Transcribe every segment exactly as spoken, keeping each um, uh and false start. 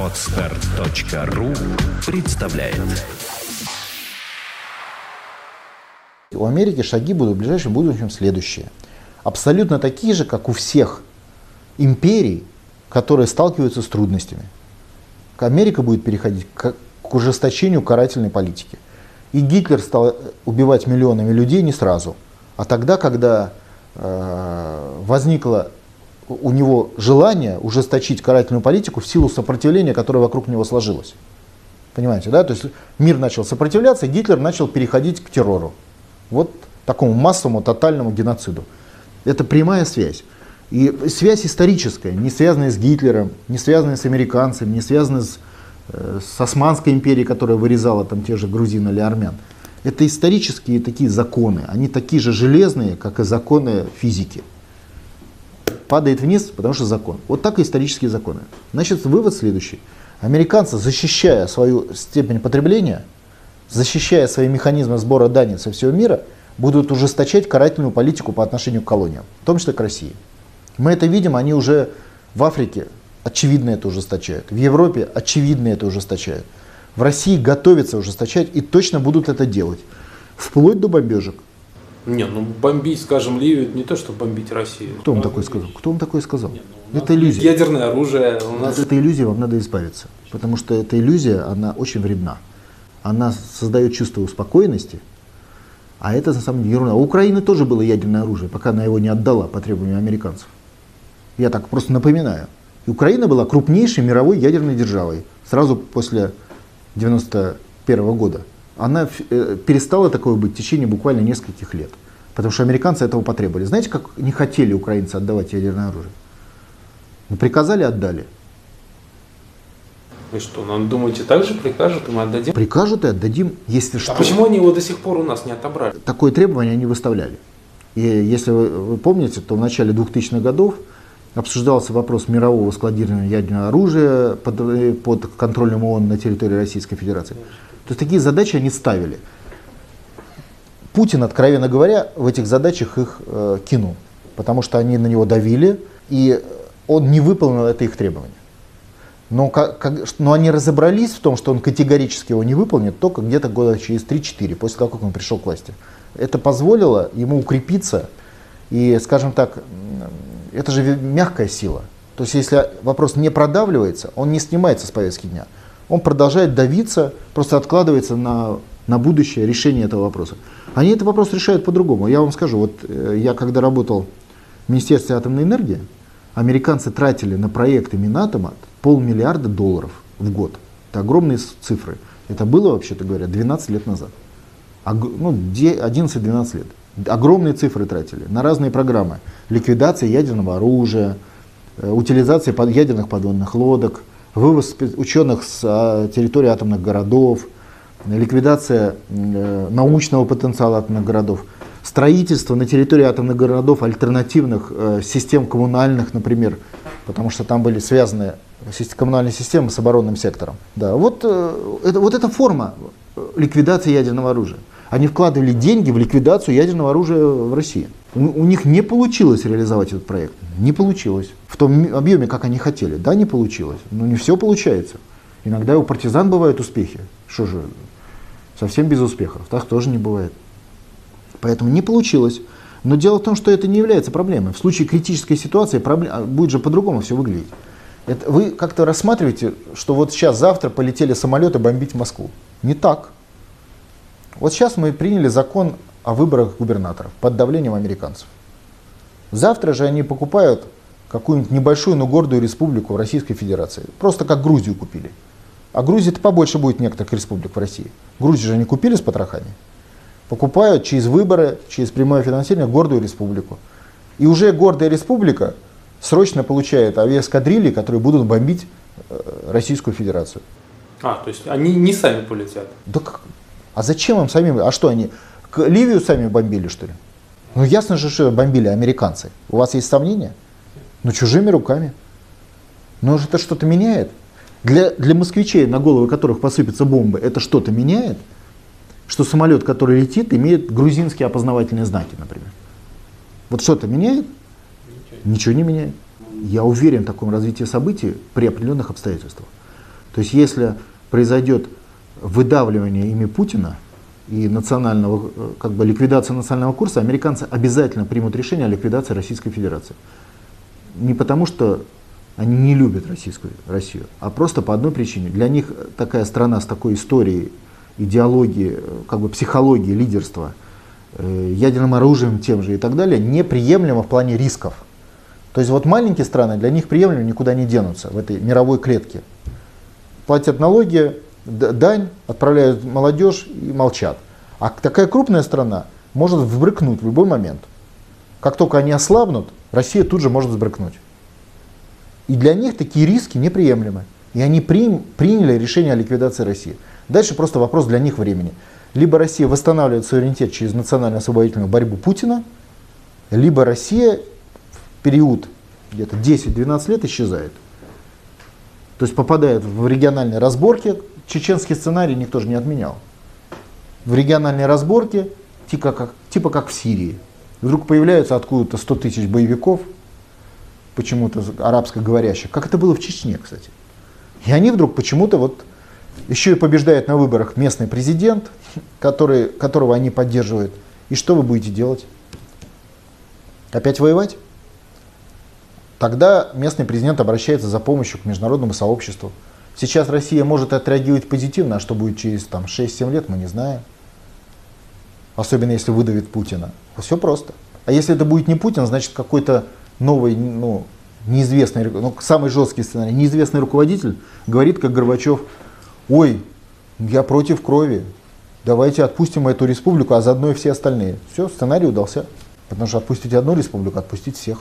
Отстар точка ру представляет. У Америки шаги будут в ближайшем будущем следующие. Абсолютно такие же, как у всех империй, которые сталкиваются с трудностями. Америка будет переходить к, к ужесточению карательной политики. И Гитлер стал убивать миллионами людей не сразу, а тогда, когда э, возникло у него желание ужесточить карательную политику в силу сопротивления, которое вокруг него сложилось. Понимаете, да? То есть мир начал сопротивляться, и Гитлер начал переходить к террору. Вот такому массовому, тотальному геноциду. Это прямая связь. И связь историческая, не связанная с Гитлером, не связанная с американцами, не связанная с, э, с Османской империей, которая вырезала там тех же грузин или армян. Это исторические такие законы. Они такие же железные, как и законы физики. Падает вниз, потому что закон. Вот так и исторические законы. Значит, вывод следующий. Американцы, защищая свою степень потребления, защищая свои механизмы сбора дани со всего мира, будут ужесточать карательную политику по отношению к колониям, в том числе к России. Мы это видим, они уже в Африке очевидно это ужесточают, в Европе очевидно это ужесточают, в России готовятся ужесточать и точно будут это делать, вплоть до бомбежек. Не, ну бомбить, скажем, Ливию, это не то, что бомбить Россию. Кто вам такое сказал? Кто вам такое сказал? Нет, ну, это иллюзия. Ядерное оружие. У нас... От этой иллюзии вам надо избавиться, потому что эта иллюзия, она очень вредна. Она создает чувство успокоенности, а это на самом деле ерунда. У Украины тоже было ядерное оружие, пока она его не отдала по требованию американцев. Я так просто напоминаю. И Украина была крупнейшей мировой ядерной державой сразу после девяносто первого года. Она э, перестала такое быть в течение буквально нескольких лет. Потому что американцы этого потребовали. Знаете, как не хотели украинцы отдавать ядерное оружие? Ну, приказали, отдали. И что, ну, думаете, так же прикажут, и мы отдадим? Прикажут и отдадим, если а что. А почему они его до сих пор у нас не отобрали? Такое требование они выставляли. И если вы, вы помните, то в начале двухтысячных годов обсуждался вопрос мирового складирования ядерного оружия под, под контролем ООН на территории Российской Федерации. То есть такие задачи они ставили. Путин, откровенно говоря, в этих задачах их э, кинул, потому что они на него давили, и он не выполнил это их требование. Но, как, как, но они разобрались в том, что он категорически его не выполнит только где-то года через три-четыре, после того, как он пришел к власти. Это позволило ему укрепиться, и, скажем так, это же мягкая сила. То есть если вопрос не продавливается, он не снимается с повестки дня. Он продолжает давиться, просто откладывается на, на будущее решение этого вопроса. Они этот вопрос решают по-другому. Я вам скажу, вот э, я когда работал в Министерстве атомной энергии, американцы тратили на проекты Минатома полмиллиарда долларов в год. Это огромные цифры. Это было, вообще-то говоря, двенадцать лет назад. Ог, ну, одиннадцать-двенадцать лет. Огромные цифры тратили на разные программы. Ликвидация ядерного оружия, э, утилизация под, ядерных подводных лодок, вывоз ученых с а, территории атомных городов, ликвидация э, научного потенциала атомных городов, строительство на территории атомных городов альтернативных э, систем коммунальных, например, потому что там были связаны коммунальные системы с оборонным сектором. Да, вот, э, это, вот эта форма ликвидации ядерного оружия. Они вкладывали деньги в ликвидацию ядерного оружия в России. У, у них не получилось реализовать этот проект. Не получилось. В том объеме, как они хотели. Да, не получилось. Но не все получается. Иногда у партизан бывают успехи. Что же, совсем без успехов. Так тоже не бывает. Поэтому не получилось. Но дело в том, что это не является проблемой. В случае критической ситуации проблем, будет же по-другому все выглядеть. Это, вы как-то рассматриваете, что вот сейчас, завтра полетели самолеты бомбить Москву. Не так. Вот сейчас мы приняли закон о выборах губернаторов под давлением американцев. Завтра же они покупают какую-нибудь небольшую, но гордую республику в Российской Федерации. Просто как Грузию купили. А Грузии-то побольше будет некоторых республик в России. Грузию же они купили с потрохами. Покупают через выборы, через прямое финансирование гордую республику. И уже гордая республика срочно получает авиаэскадрильи, которые будут бомбить Российскую Федерацию. А, то есть они не сами полетят? Да как? А зачем им самим? А что, они Ливию сами бомбили, что ли? Ну ясно же, что бомбили американцы. У вас есть сомнения? Ну чужими руками. Но это что-то меняет? Для, для москвичей, на головы которых посыпятся бомбы, это что-то меняет? Что самолет, который летит, имеет грузинские опознавательные знаки, например. Вот что-то меняет? Ничего. Ничего не меняет. Я уверен в таком развитии событий при определенных обстоятельствах. То есть если произойдет выдавливание ими Путина и национального, как бы ликвидация национального курса, американцы обязательно примут решение о ликвидации Российской Федерации. Не потому, что они не любят Российскую Россию, а просто по одной причине. Для них такая страна с такой историей, идеологией, как бы психологией, лидерства, ядерным оружием тем же и так далее, неприемлемо в плане рисков. То есть вот маленькие страны для них приемлемо, никуда не денутся в этой мировой клетке. Платят налоги, дань, отправляют молодежь и молчат. А такая крупная страна может взбрыкнуть в любой момент. Как только они ослабнут, Россия тут же может взбрыкнуть. И для них такие риски неприемлемы. И они при, приняли решение о ликвидации России. Дальше просто вопрос для них времени. Либо Россия восстанавливает суверенитет через национально-освободительную борьбу Путина, либо Россия в период где-то десять-двенадцать лет исчезает. То есть попадает в региональные разборки. Чеченский сценарий никто же не отменял. В региональные разборки, типа как, типа как в Сирии. Вдруг появляются откуда-то сто тысяч боевиков, почему-то арабскоговорящих, как это было в Чечне, кстати. И они вдруг почему-то вот еще и побеждает на выборах местный президент, который, которого они поддерживают. И что вы будете делать? Опять воевать? Тогда местный президент обращается за помощью к международному сообществу. Сейчас Россия может отреагировать позитивно, а что будет через там, шесть-семь лет, мы не знаем. Особенно если выдавит Путина. Все просто. А если это будет не Путин, значит какой-то новый, ну, неизвестный, ну, самый жесткий сценарий, неизвестный руководитель говорит, как Горбачев: ой, я против крови, давайте отпустим эту республику, а заодно и все остальные. Все, сценарий удался. Потому что отпустить одну республику, отпустить всех.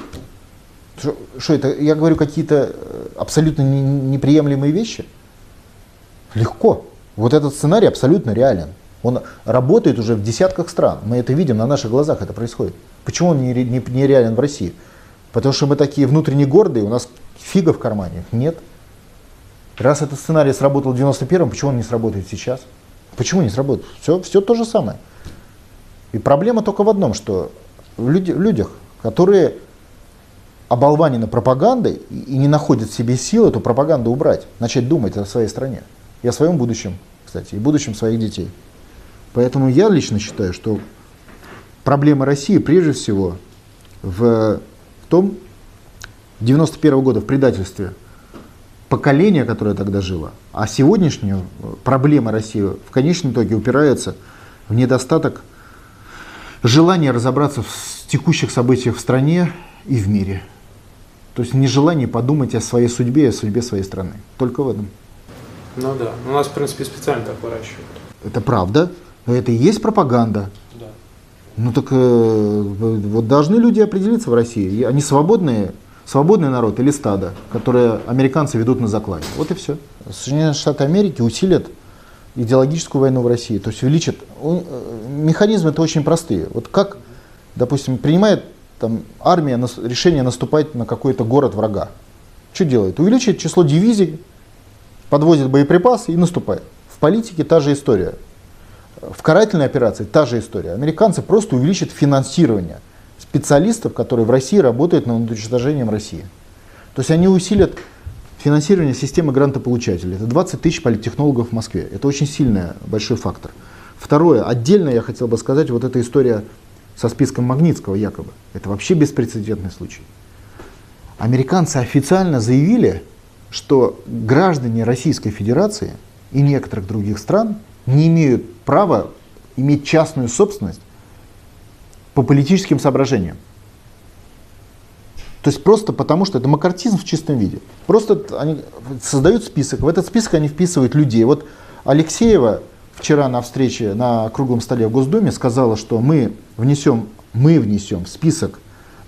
Что это? Я говорю какие-то абсолютно не, неприемлемые вещи? Легко. Вот этот сценарий абсолютно реален. Он работает уже в десятках стран. Мы это видим, на наших глазах это происходит. Почему он не, не, не реален в России? Потому что мы такие внутренне гордые, у нас фига в кармане. Нет. Раз этот сценарий сработал в девяносто первом, почему он не сработает сейчас? Почему не сработает? Все, все то же самое. И проблема только в одном, что в, люди, в людях, которые оболванены пропагандой и не находят в себе сил эту пропаганду убрать, начать думать о своей стране и о своем будущем, кстати, и будущем своих детей. Поэтому я лично считаю, что проблема России прежде всего в том, девяносто первого года в предательстве поколения, которое тогда жило, а сегодняшняя проблема России в конечном итоге упирается в недостаток желания разобраться в текущих событиях в стране и в мире. То есть нежелание подумать о своей судьбе и о судьбе своей страны. Только в этом. Ну да. У нас, в принципе, специально так выращивают. Это правда. Это и есть пропаганда. Да. Ну так э, вот должны люди определиться в России. Они свободные, свободный народ или стадо, которое американцы ведут на заклане. Вот и все. Соединенные Штаты Америки усилят идеологическую войну в России. То есть увеличат. Механизмы-то очень простые. Вот как, допустим, принимает там, армия нас, решение наступать на какой-то город врага. Что делает? Увеличивает число дивизий, подвозит боеприпасы и наступает. В политике та же история. В карательной операции та же история. Американцы просто увеличат финансирование специалистов, которые в России работают над уничтожением России. То есть они усилят финансирование системы грантополучателей. Это двадцать тысяч политтехнологов в Москве. Это очень сильный, большой фактор. Второе, отдельно я хотел бы сказать, вот эта история со списком Магнитского якобы. Это вообще беспрецедентный случай. Американцы официально заявили, что граждане Российской Федерации и некоторых других стран не имеют права иметь частную собственность по политическим соображениям. То есть просто потому, что это макартизм в чистом виде. Просто они создают список, в этот список они вписывают людей. Вот Алексеева вчера на встрече на круглом столе в Госдуме сказала, что мы внесем, мы внесем в список,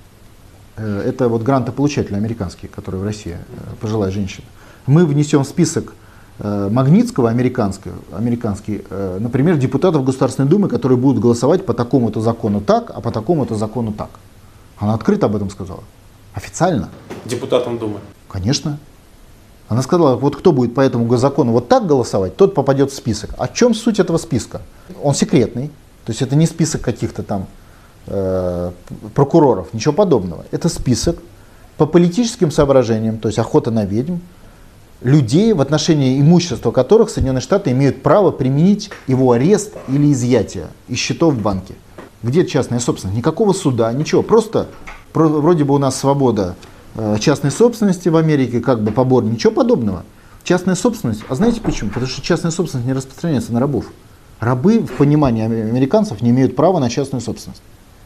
э, это вот грантополучатели американские, которые в России, э, пожилая женщина, мы внесем в список э, Магнитского, американского, американский, э, например, депутатов Государственной Думы, которые будут голосовать по такому-то закону так, а по такому-то закону так. Она открыто об этом сказала. Официально. Депутатам Думы. Конечно. Она сказала, вот кто будет по этому закону вот так голосовать, тот попадет в список. О чем суть этого списка? Он секретный, то есть это не список каких-то там э, прокуроров, ничего подобного. Это список по политическим соображениям, то есть охота на ведьм, людей, в отношении имущества которых Соединенные Штаты имеют право применить его арест или изъятие из счетов в банке. Где частная собственность? Никакого суда, ничего. Просто вроде бы у нас свобода частной собственности в Америке, как бы побор, ничего подобного. Частная собственность, а знаете почему? Потому что частная собственность не распространяется на рабов. Рабы в понимании американцев не имеют права на частную собственность.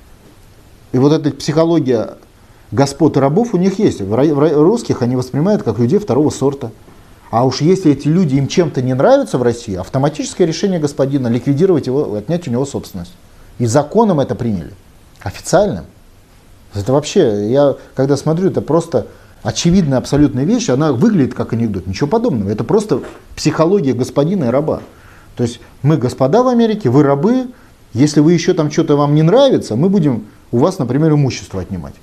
И вот эта психология господ и рабов у них есть. В русских они воспринимают как людей второго сорта. А уж если эти люди им чем-то не нравятся в России, автоматическое решение господина ликвидировать его, отнять у него собственность. И законом это приняли. Официальным. Это вообще, я когда смотрю, это просто очевидная абсолютная вещь, она выглядит как анекдот. Ничего подобного. Это просто психология господина и раба. То есть мы господа в Америке, вы рабы. Если вы еще там что-то вам не нравится, мы будем у вас, например, имущество отнимать.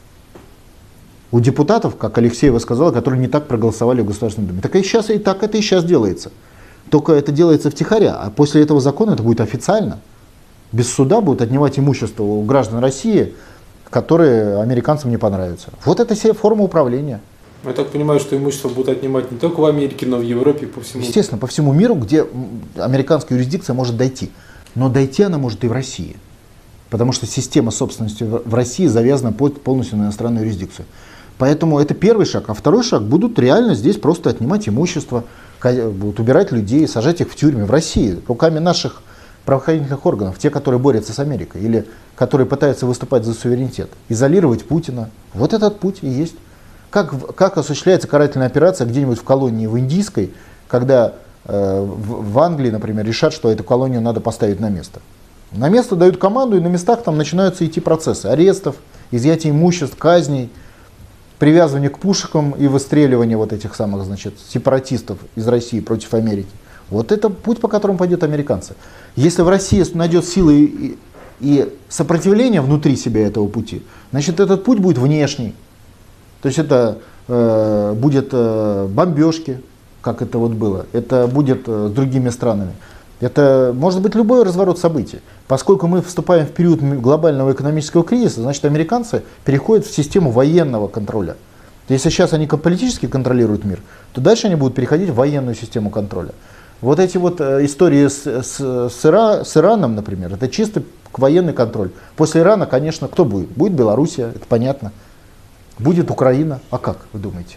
У депутатов, как Алексеева сказала, которые не так проголосовали в Государственной Думе. Так и сейчас, и так это и сейчас делается. Только это делается втихаря, а после этого закона это будет официально. Без суда будут отнимать имущество у граждан России, которые американцам не понравятся. Вот это все форма управления. Я так понимаю, что имущество будут отнимать не только в Америке, но и в Европе, по всему миру. Естественно, по всему миру, где американская юрисдикция может дойти. Но дойти она может и в России. Потому что система собственности в России завязана полностью на иностранную юрисдикцию. Поэтому это первый шаг. А второй шаг, будут реально здесь просто отнимать имущество, будут убирать людей, сажать их в тюрьмы в России руками наших правоохранительных органов, те, которые борются с Америкой или которые пытаются выступать за суверенитет, изолировать Путина. Вот этот путь и есть. Как, как осуществляется карательная операция где-нибудь в колонии в Индийской, когда э, в, в Англии, например, решат, что эту колонию надо поставить на место. На место дают команду, и на местах там начинаются идти процессы арестов, изъятия имуществ, казней, привязывание к пушкам и выстреливание вот этих самых, значит, сепаратистов из России против Америки. Вот это путь, по которому пойдут американцы. Если в России найдет силы и, и сопротивление внутри себя этого пути, значит, этот путь будет внешний. То есть это э, будет э, бомбежки, как это вот было, это будет э, с другими странами. Это может быть любой разворот событий. Поскольку мы вступаем в период глобального экономического кризиса, значит, американцы переходят в систему военного контроля. Если сейчас они политически контролируют мир, то дальше они будут переходить в военную систему контроля. Вот эти вот истории с, с, с, Ира, с Ираном, например, это чисто военный контроль. После Ирана, конечно, кто будет? Будет Белоруссия, это понятно. Будет Украина. А как, вы думаете?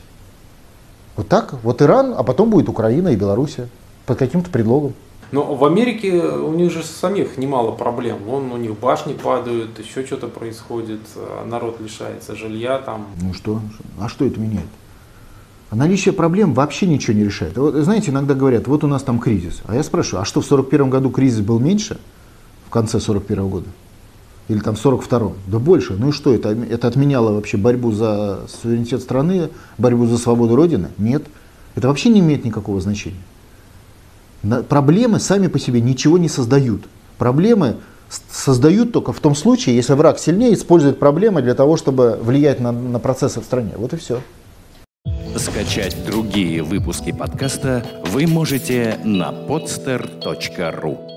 Вот так? Вот Иран, а потом будет Украина и Белоруссия. Под каким-то предлогом. Но в Америке у них же самих немало проблем. Вон у них башни падают, еще что-то происходит, народ лишается жилья там. Ну что? А что это меняет? Наличие проблем вообще ничего не решает. Вот, знаете, иногда говорят, вот у нас там кризис. А я спрашиваю, а что в сорок первом году кризис был меньше? В конце сорок первого года? Или там в сорок втором? Да больше. Ну и что, это, это отменяло вообще борьбу за суверенитет страны, борьбу за свободу Родины? Нет. Это вообще не имеет никакого значения. Проблемы сами по себе ничего не создают. Проблемы создают только в том случае, если враг сильнее использует проблемы для того, чтобы влиять на, на процессы в стране. Вот и все. Скачать другие выпуски подкаста вы можете на podster точка ру.